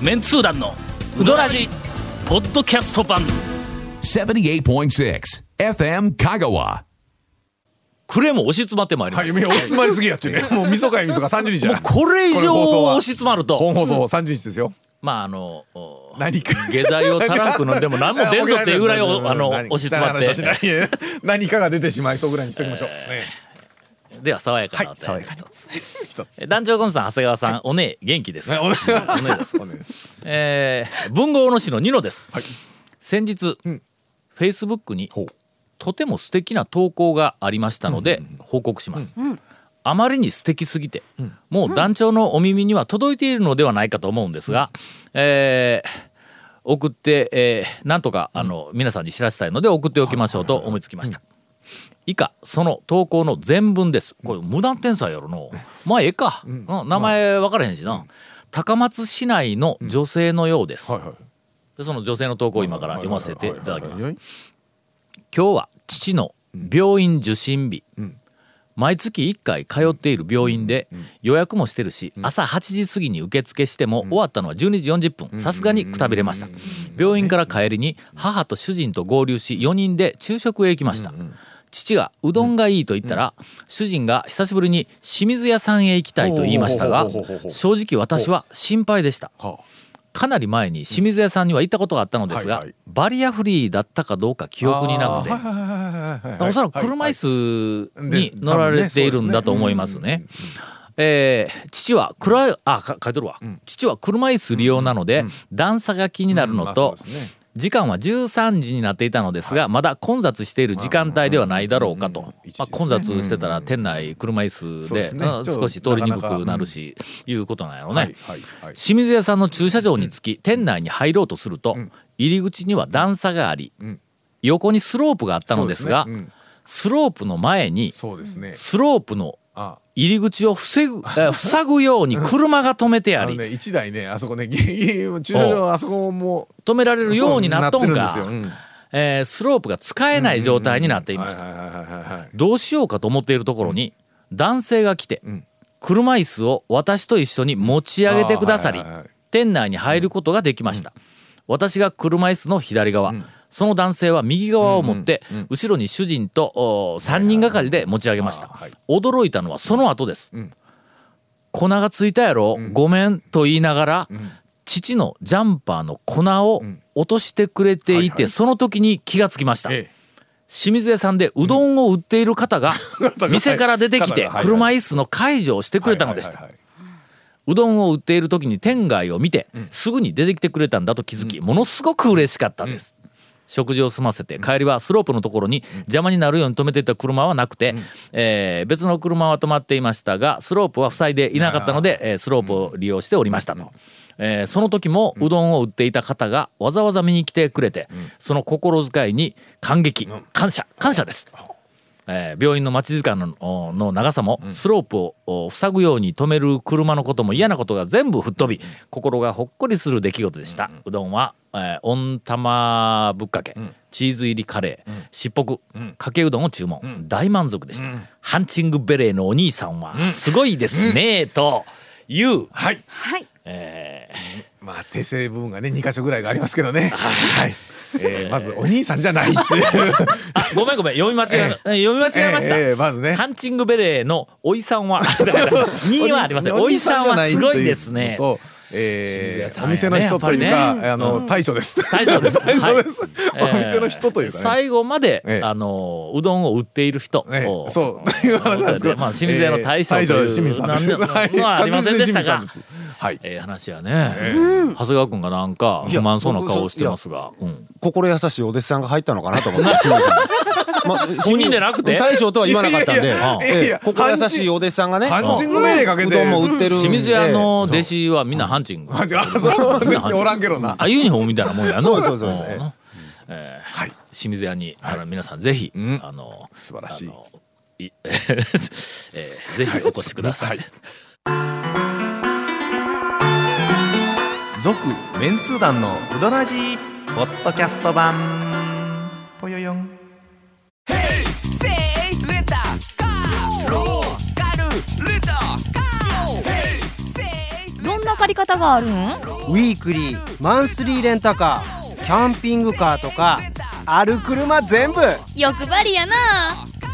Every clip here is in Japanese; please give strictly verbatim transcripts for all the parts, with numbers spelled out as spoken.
メンツー団のウドラジポッドキャスト版ななじゅうはちてんろく エフエム 香川。 クレーム押し詰まってまいりました、 はい、押し詰まりすぎやっちゅうね。もうみそかいみそかさんじゅうにちじゃもうこれ以上押し詰まると本放送さんじゅうにちですよ。 まああの何か下剤をたらくのでも何も出んぞっていうぐらいをあの何押し詰まって汚い話はしない何かが出てしまいそうぐらいにしておきましょう、ね、 では爽やかなお便り、 爽やか一つ一つ団長コンさん長谷川さんおねえ元気ですか。 おねえおねえですおねええー、文豪の詩のニノです、 はい、 先日、うん、フェイスブックにほうとても素敵な投稿がありましたので報告します、うんうん、あまりに素敵すぎて、うん、もう団長のお耳には届いているのではないかと思うんですが、うんえー、送って、えー、なんとかあの、うん、皆さんに知らせたいので送っておきましょうと思いつきました、以下その投稿の全文です。これ無断転載やろの、まあええか、うん、名前分からへんしな、うん、高松市内の女性のようです、うんはいはい、でその女性の投稿を今から読ませていただきます。今日は父の病院受診日、うん、毎月いっかい通っている病院で予約もしてるし、朝はちじ過ぎに受付しても終わったのはじゅうにじよんじゅっぷん、さすがにくたびれました。病院から帰りに母と主人と合流しよにんで昼食へ行きました。父がうどんがいいと言ったら、主人が久しぶりに清水屋さんへ行きたいと言いましたが、正直私は心配でした。かなり前に清水屋さんには行ったことがあったのですが、うんはいはい、バリアフリーだったかどうか記憶になくて、おそらく車椅子に乗られているんだと思いますね。えー、父は車あ書いてるわ、うん、父は車椅子利用なので、うんうん、段差が気になるのと、うんまあ時間はじゅうさんじになっていたのですが、はい、まだ混雑している時間帯ではないだろうかと、まあ、混雑してたら店内車椅子 で, で、ね、少し通りにくくなるし、うん、いうことなんやろね、はいはいはい、清水屋さんの駐車場につき、うん、店内に入ろうとすると、うん、入り口には段差があり、うん、横にスロープがあったのですが、そうですねうん、スロープの前にそうです、ね、スロープの入り口を防ぐ塞ぐように車が止めてあり、あのね、 いちだいねあそこね駐車場あそこも止められるようになっとんか、うんえー、スロープが使えない状態になっていました。どうしようかと思っているところに、うん、男性が来て、うん、車椅子を私と一緒に持ち上げてくださり、はいはいはい、店内に入ることができました、うん、私が車椅子の左側、うんその男性は右側を持って、うんうん、後ろに主人とさんにんがかりで持ち上げました、はいはい、驚いたのはその後です、うん、粉がついたやろ、うん、ごめんと言いながら、うん、父のジャンパーの粉を落としてくれていて、うんはいはい、その時に気がつきました、ええ、清水屋さんでうどんを売っている方が、うん、店から出てきて車椅子の介助をしてくれたのでした、はいはいはいはい、うどんを売っている時に店外を見て、うん、すぐに出てきてくれたんだと気づき、うん、ものすごく嬉しかったです、うん食事を済ませて帰りはスロープのところに邪魔になるように止めていた車はなくて、うんえー、別の車は止まっていましたがスロープは塞いでいなかったので、えー、スロープを利用しておりましたと、うんえー、その時もうどんを売っていた方がわざわざ見に来てくれて、うん、その心遣いに感激感謝感謝です、えー、病院の待ち時間 の, の長さもスロープを塞ぐように止める車のことも嫌なことが全部吹っ飛び、うん、心がほっこりする出来事でした、うん、うどんはえー、温玉ぶっかけ、うん、チーズ入りカレー、うん、しっぽく、うん、かけうどんを注文、うん、大満足でした、うん、ハンチングベレーのお兄さんはすごいですね、うん、という、 はい、 はいえー、まあ訂正部分がねにかしょぐらいがありますけどねはいえー、まずお兄さんじゃないっていうあごめんごめん読み間違え、えー、読み間違えました、 えーえー、まずねハンチングベレーのおいさんはにはありませんおいさんはすごいですねえー、お店の人というか、ね、あの、うん、大将です大将です、 大将です、はい、お店の人というか、ね、 最後まで、えー、あのうどんを売っている人、えー、 そうという話なんですけど、 まあ、清水屋の大将という、えー、清水さんですのはありませんでしたが、はいえー、話はね、えー、長谷川君がなんか不満そうな顔をしてますが、うん、 心優しいお弟子さんが入ったのかなと思って清水さんまあ、 本人でなくて大将とは言わなかったんで心優しいお弟子さんがねハンチング命令かけてうどんも売ってる清水屋の弟子はみんなハンチングおらんけどなあユニフォームみたいなもんやなそうそうそう、 えーはい、清水屋にあの皆さんぜひ、うん、あの素晴らしい、 いえー、ぜひお越しください、 続、はい、メンツー団のうどらじポッドキャスト版ぽよよんどんな借り方があるん？ ウィークリー、マンスリーレンタカー、キャンピングカーとかある車全部。 欲張りやな。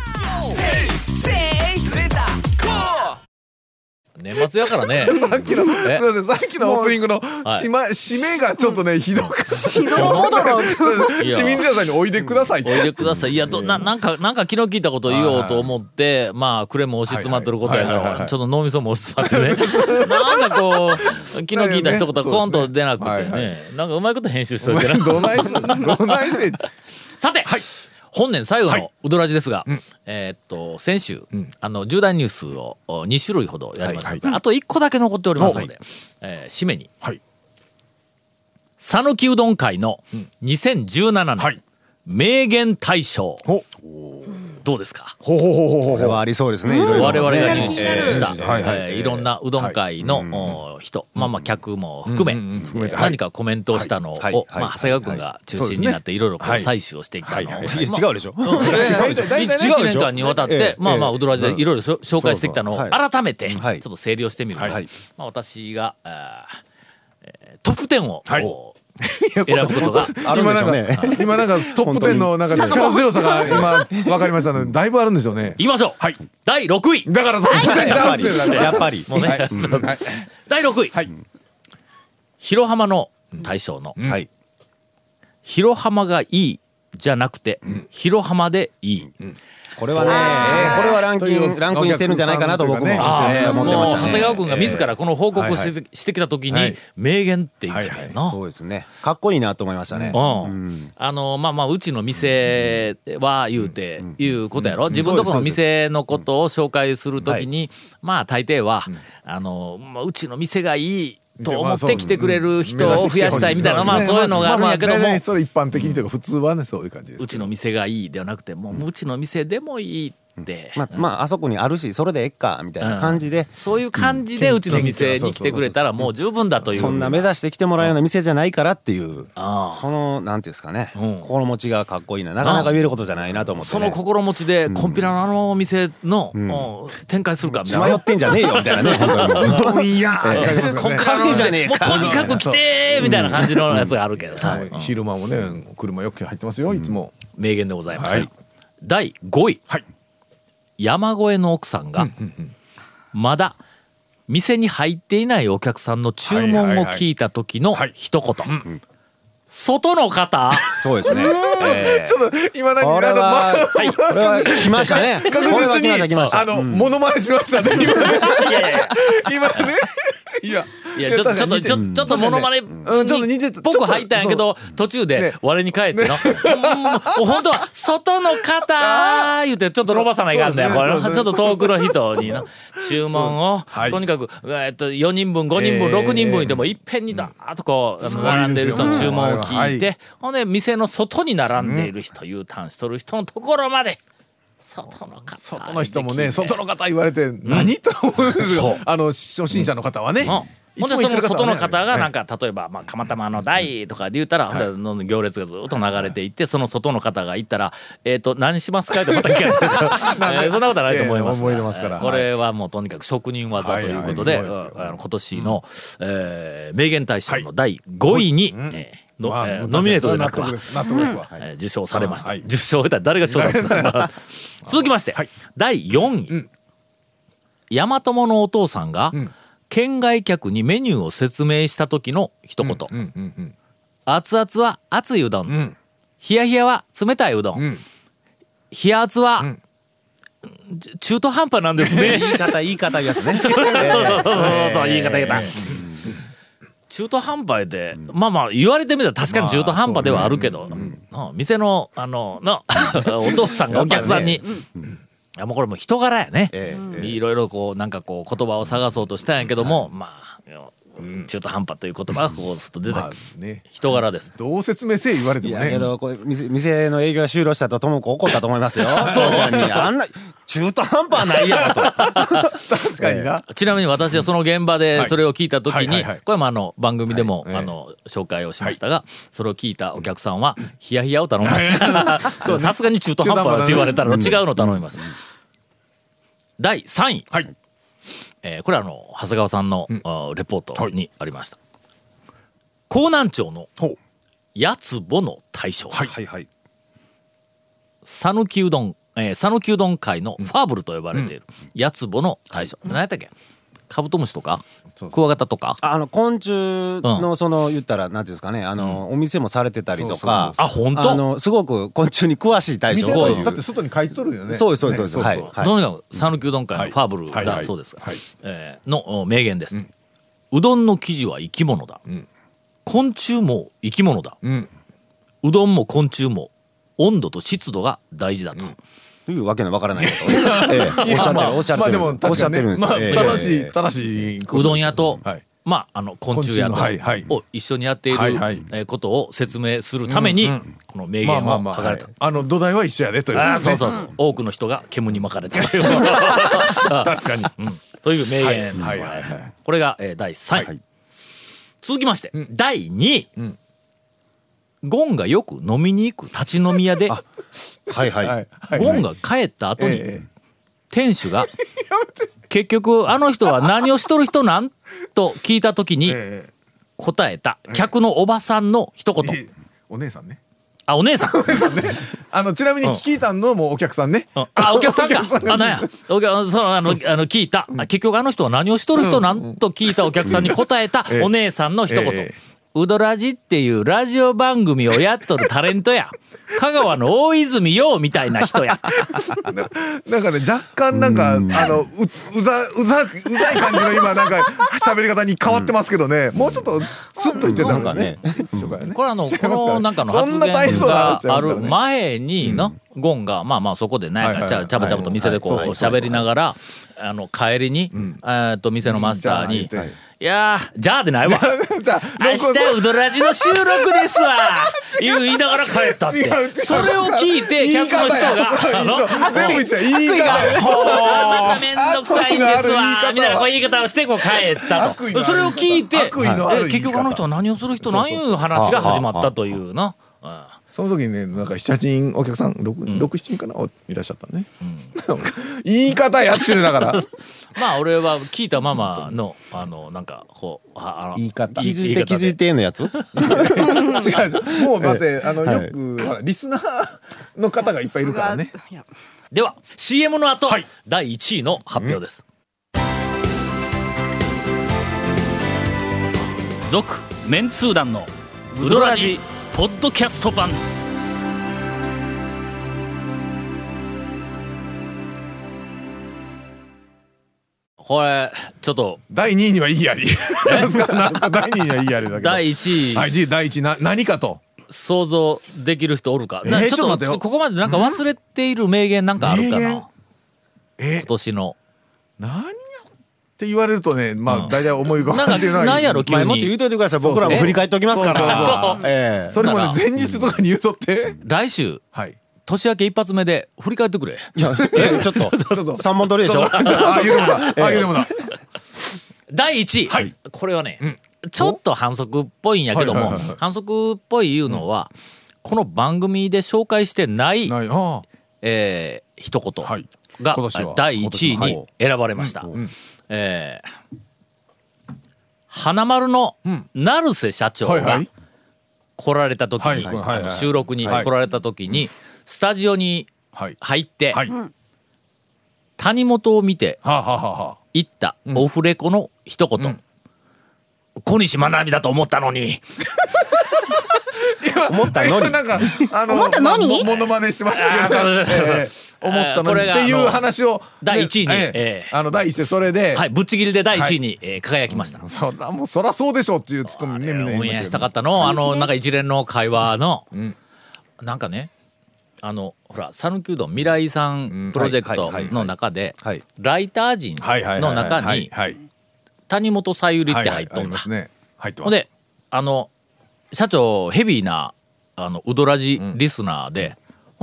年末やからね。 さっきの、すえいません、さっきのオープニングの締ま締めがちょっとね、ひどくひどいほどのいや清水屋さんにおいでくださいって。 おいでください。いや、どななんかなんか昨日聞いたこと言おうと思って、まあクレも押し詰まってることやかはいはいはいはいらちょっと脳みそも押し詰まってね。なんかこう昨日聞いた一言がコンと出なくてはいはね、なんかうまいこと編集しといてな。 どないすんどないせさて、本年最後はいのうどらじですが、えーっと先週、あの重大ニュースをおに種類ほどやりましたので、あといっこだけ残っておりますので、えー締めにはい讃岐うどん会のにせんじゅうななねん、 はい名言大賞ほどうですか？ ほうほうほうほうほうこれはありそうですね。いろいろ我々が入手した、 えーはいはいえーいろんなうどん会の、お人、まあまあ客も含め、 うんうんうん含めてえー何かコメントをしたのを、 はいはいまあ、長谷川君が中心になっていろいろこうはい採取をしていったのを、 いや違うでしょ。 大体大体いちねんかんにわたって、 ええまあまあええうどらじでいろいろしょ紹介してきたのをそうそう改めてちょはいっと整理をしてみると、 はいまあ、私が、あーえートップじゅうを、 はいこう選ぶことがあるん今なんでしょうね。 か今なんかトップじゅうのなんか力強さが今分かりましたのでだいぶあるんでしょうね。 いきましょう、 はいだいろくいだからトップじゅうちゃうんですよだからやっぱり。 もうね、 はいはいだいろくい、 はい広浜の大将の、 はい。 広浜がいいじゃなくて、広浜でいい、 これはね、これはランキングランクインしてるんじゃないかなと僕もえあああー思ってましたね。 もう長谷川君が自らこの報告をして,、してきた時に、 はい名言って言ってたよな、 そうですね。かっこいいなと思いましたね。 うんあのまあまあうちの店は言うて、いうことやろ、自分のとこの店のことを紹介するときに、まあ大抵は、あのまあうちの店がいいと思って来てくれる人を増やしたいみたいな、まあそういうのがあるんやけども、 まあまあそれ一般的にというか普通はねそういう感じです。 うちの店がいいではなくて、もううちの店でもいいって、 まあまああそこにあるしそれでええかみたいな感じで。 そういう感じでうちの店に来てくれたらもう十分だという。 そんな目指して来てもらうような店じゃないからっていうああそのなんていうんですかね、 うん心持ちがかっこいいな、なかなか言えることじゃないなと思って、ね、 その心持ちでコンピラのあのお店の、うん展開するかみたいな。 血迷ってんじゃねえよみたいなね本当にもううどんいやーって感じますからね。 カフェじゃねえもうかとにかく来てーみたいな感じのやつがあるけどな、 はい昼間もね車よく入ってますよいつも。 名言でございました、 はいだいごい、 はい山越えの奥さんがまだ店に入っていないお客さんの注文を聞いた時の一言、外の方そうですね、えーちょっと今何これは、 はいこれは来ましたね。 確これは実来ました来ました。 にあのモノマネしましたね今ね。 いやいやいや今ねいやいやちょっとちょっとちょちょっとモノマネにうんちょっと似てたっぽく入ったんやけど途中でね我に返っての、うんもう本当は外の方言うてちょっと伸ばさないかんだよ、 そうこれそうですねちょっと遠くの人にな注文を、 はいとにかく、えっと、よにんぶんごにんぶん、 えーろくにんぶんいてもいっぺんにだーっとこう、あのすごいですよ並んでいる人の注文を聞いて、 はいほんで店の外に並んでいる人、U ターンしとる人のところまで外の方外の人もねで聞いて外の方言われて何と思うんですそうよ。あの初心者の方はね。 うんほんでその外の方がなんか例えばまあ釜玉の台とかで言ったらほんでどんどん行列がずっと流れていってその外の方が行ったらえっと何しますかってまた聞かれてえーそんなことはないと思いますいやいや思い出ますからこれはもうとにかく職人技ということではいはいそうですよあの今年のえー名言大賞のだいごいにえーのまあえーノミネートでなくは納得です納得ですわ。 えー受賞されましたはい受賞を得たら誰が賞だったんですか続きましてはいだいよんい大和友のお父さんが県外客にメニューを説明した時の一言、 うんうんうん熱々は熱いうどん、 ん冷や冷やは冷たいうどん、 ん冷や熱は、ち中途半端なんですね言い方言い方言いますね。 そうそう言い方言い方、中途半端で、まあまあ言われてみたら確かに中途半端ではあるけど、な店のあのなお父さんがお客さんに、いやもうこれもう人柄やね、 ええいろいろこうなんかこう言葉を探そうとしたんやけども、まあ中途半端という言葉がこうすっと出たまあね人柄です。 どう説明せえ言われていもね。 やけどこれ店店の営業が終了したとともこ怒ったと思いますよ。そうちゃんにあんな中途半端はないやろと。 確かにな。 ちなみに私はその現場でそれを聞いた時にはいはいはいはいこれもあの番組でもはいあの紹介をしましたがそれを聞いたお客さんはヒヤヒヤを頼みましたそうさすがに中途半端って言われたら違うの頼みますだいさんいはい。 えーこれはあの長谷川さんの、あレポートにありました、江南町のほうやつぼの大将、 はいはいはい。 讃岐うどんえー讃岐うどん界のファーブルと呼ばれているやつぼの大将、何やったっけ、カブトムシとかクワガタとか、 あの昆虫のその言ったらなんていうんですかね、あのお店もされてたりとか、 あ本当あのすごく昆虫に詳しい大将店という。 だって外に書いとるよね。 そうですそうですそうです。 ねはいはい。 とにかく讃岐うどん界のファーブルはいはいだそうですが、 はいえーのお名言です、うどんの生地は生き物だ、昆虫も生き物だ、 んうどんも昆虫も温度と湿度が大事だと、 というわけのわからないことを、ええおっしゃってるおっしゃってるまあでもおっしゃ確かにね、 ってるんですよ。 まあええ正しい正しいことですよね。 うどん屋と、 はいまああの昆虫屋と昆虫のはいはいを一緒にやっている、 はいはいえーことを説明するために、この名言まあまあまあ、 を書かれた、 あの土台は一緒やでというね。 あそうそうそう、多くの人が煙に巻かれたという確かに。 うんという名言です、 はいはいはいはいこれが、えー、だいさんい、 はい続きまして、だいにい、ゴンがよく飲みに行く立ち飲み屋ではいはい。 はいはいゴンが帰った後に、 ええ店主が結局あの人は何をしとる人なんと聞いた時にえ答えた客のおばさんの一言、 ええお姉さんね。 あお姉さんあのちなみに聞いたのもお客さんね。 うんあお客さんかお客さんがあなんやお客そのあのあの聞いた、あ結局あの人は何をしとる人なんと聞いたお客さんに答えたええお姉さんの一言、 ええうどらじっていうラジオ番組をやっとるタレントや香川の大泉洋みたいな人やなんかね若干なんかあのううざうざうざい感じの今なんか喋り方に変わってますけどね、もうちょっとスッと言ってたのがね。そうかねこれあのこ違いますからねのなんかのそんな大発言層な話があるしちゃいますからね前にのゴンがまあまあそこでなんはいはいかちゃちゃぶちゃぶと店でこうはいそうそうそう喋りながらあの帰りにえーっと店のマスターにじゃあ 「いやーじゃあでないわじゃあ明日うどらじの収録ですわ」言う言いながら帰ったって違う違うそれを聞いて言い客の人方やがあの一緒全部一緒や言い方やほーまためんどくさいんです悪意のある言い方はわみたいなこう言い方をしてこう帰った悪意のあるとそれを聞いて悪意のある言い方え結局あの人は何をする人なんいう話が始まったというな。うんその時にねなんかななはちにんお客さんろく、ろく、しちにんかなおいらっしゃったね、言い方やっちゅうねだからまあ俺は聞いたままのあのなんかこうああの言い方。 言気づいて気づいてのやつ。 違う違うもうだってあのはいよく、ほらリスナーの方がいっぱいいるからね。 では シーエム の後、 はいだいいちいの発表です。続、メンツー団のウドラジポッドキャスト版。これちょっとだいにいにはいいやりなんですかなんですかだいにいにはいいやりだけどだいいちい、 はいじだいいちいな何かと想像できる人おるか、 えーなちょっちょっと待ってよここまでなんか忘れている名言なんかあるか名言なえ今年の何やって言われるとねまあ大体思い浮かなんかばっていうのはなんやろ急前もっと言にうといてください。僕らも振り返っておきますかそうそうそうら。ええ。 それもねなら前日とかに言うとって来週はい年明け一発目で振り返ってくれ。 いやえちょっと三本取りでしょ。 ああ言うでもだあ言うでもだだいいちい、 はいこれはね、ちょっと反則っぽいんやけども、 はいはいはいはい反則っぽいいうのは、この番組で紹介してない、 ないあえー一言はいが今年はだいいちい今年に選ばれました。えー花丸の成瀬社長がはいはい来られた時に、 はいはいはいあの収録に来られた時に、スタジオにはい入って、 はい谷本を見てはあはあはあはあ言ったオフレコの一言、小西真奈美だと思ったのに思ったのに。 なんかあの思ったのにまあもモノマネしてましたけど、 あーそうそうそうええ思ったのこれがにっていう話をだいいちいにねええええあのだいいちでそれで、 はい、ぶっちぎりでだいいちいに、えー輝きました。 そらもうそらそうでしょうっていうツッコミねみんな言いオンエアしたましたけどかったの、あのなんか一連の会話の、なんかね、あのほら讃岐うどん未来さんプロジェクトの中ではいはいライター陣はいはいはいの中はいにはい谷本さゆりって入っとんだはいはいありま。すね入ってますほんであの社長ヘビーなあのウドラジリスナーで、ほんで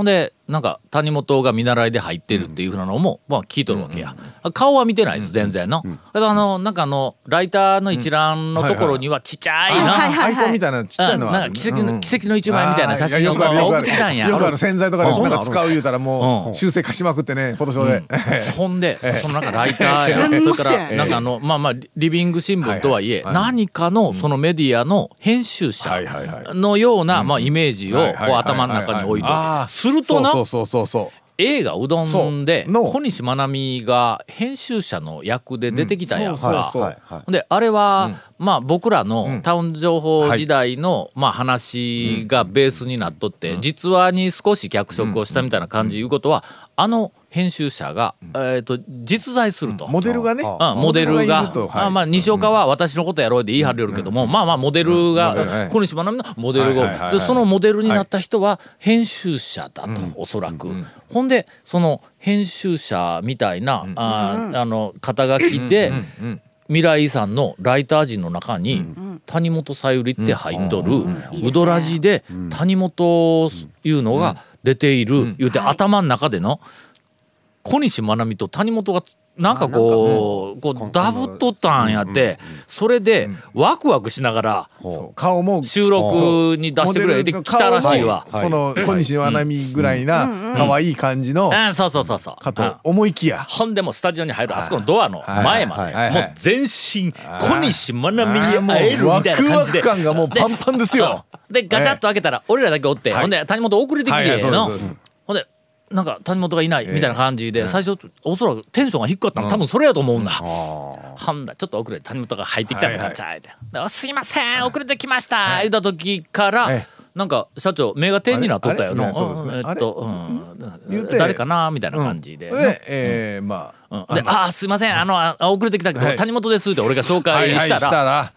なんか谷本が見習いで入ってるっていうふうなのも、まあ、聞いとるわけや、顔は見てないです全然の、けどあのなんかあのライターの一覧のところにはちっちゃいな、 アイコンみたいなちっちゃいのはなんか奇跡の奇跡の一枚みたいな写真を送ってきたんや。 よくある洗剤とかでなんか使う言うたらもう修正貸しまくってねフォトショーで、 ほんでそのなんかライターやそれからなんかあのまあまあリビング新聞とはいえ何かのそのメディアの編集者のようなまあイメージをこう頭の中に置いといて、するとなそうそうそうそう映画うどんで小西真奈美が編集者の役で出てきたやんか。であれはまあ僕らのタウン情報時代のまあ話がベースになっとって実話に少し脚色をしたみたいな感じいうことはあの編集者がえと実在するとモデルがねモデルがまあ西岡は私のことやろうで言い張るけどもまあまあモデルが小西真奈美のモデルがそのモデルになった人は編集者だとおそらく。ほんでその編集者みたいなああの肩書きで未来遺産のライター陣の中に谷本さゆりって入っとるうどらじで谷本いうのが出ている言うて頭の中での小西真奈美と谷本がなんかこうこうダブっとったんやってそれでワクワクしながら顔も収録に出してくれてきたらしいわ。 その小西真奈美ぐらいな可愛い感じのそうそうそうそうかと思いきやほんでもスタジオに入るあそこのドアの前までもう全身小西真奈美に会えるみたいな感じでワクワク感がもうパンパンですよ。 でガチャッと開けたら俺らだけおってほんで谷本遅れてきてのほんでなんか谷本がいないみたいな感じで最初おそらくテンションが低かったの多分それやと思うんだ。はんだちょっと遅れて谷本が入ってきたのがチャーって「すいません遅れてきました」言った時からなんか社長目が点になっとったよのえっと誰かなみたいな感じでえまあで「ああすいませんあの遅れてきたけど谷本です」って俺が紹介したら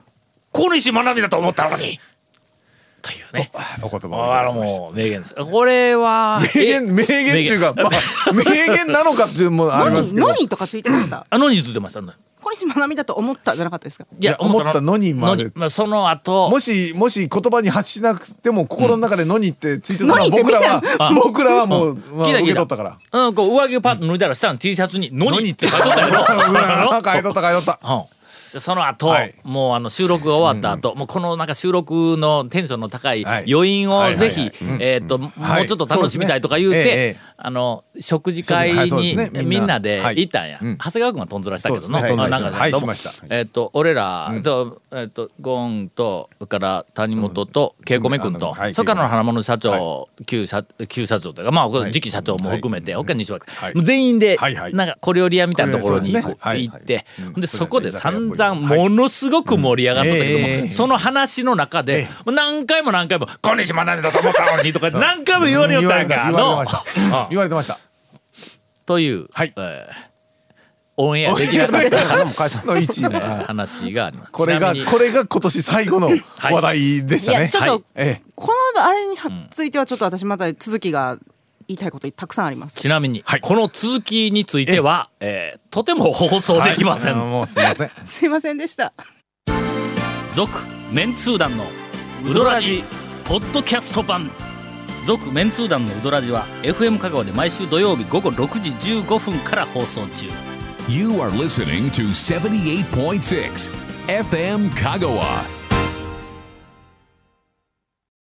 「小西真奈美だと思ったのに」というね、 お言葉あらもう名言です。これは名言名言っていうか、まあ、名言なのかっていうのもありますけど。 のにとかついてました。 あのについてました。 小西真奈美だと思ったじゃなかったですか。 いや思ったのにまで。 まあその後もしもし言葉に発しなくても心の中でのにってついてたら僕らは僕らはもう受け取ったから。 うんこう上着をパッと脱いだら下の T シャツにのにって書いとったよ。 なんか書いとった書いとった。 その後、はい、もうあの収録が終わった後、うん、もうこのなんか収録のテンションの高い余韻をぜひえっともうちょっと楽しみたいとか言うて、はいねええ、あの食事会に、ね、みんなで行ったんや、はい、長谷川君はとんずらしたけどの、ね、なんか、はい、えっと俺らと、うん、えっとゴンとそれから谷本とケイコメ君と、うんはい、それからの花物社長、はい、旧社旧社長というかまあ次期社長も含めて、はい、他に西脇、はい、全員で、はいはい、なんか小料理屋みたいなところに行って、でそこで散々ものすごく盛り上がっとったけども、はいえー、その話の中で、えー、何回も何回も「小西真奈美だと思ったのに」とか何回も言われよったんやんか言われてましたという、はいえー、オンエアできなかったのいちいね話があります。 これがこれが今年最後の話題でしたね。 はい、いやちょっと、はいえー、このあれについてはちょっと私また続きが言いたいことたくさんあります。 ちなみに、はい、この続きについては、ええー、とても放送できません、 はい、もうすいませんすいませんでした。 続メンツー団のウドラジポッドキャスト版続メンツー団のウドラジは エフエム 香川で毎週土曜日午後ろくじじゅうごふんから放送中。 You are listening to seventy-eight point six エフエム 香川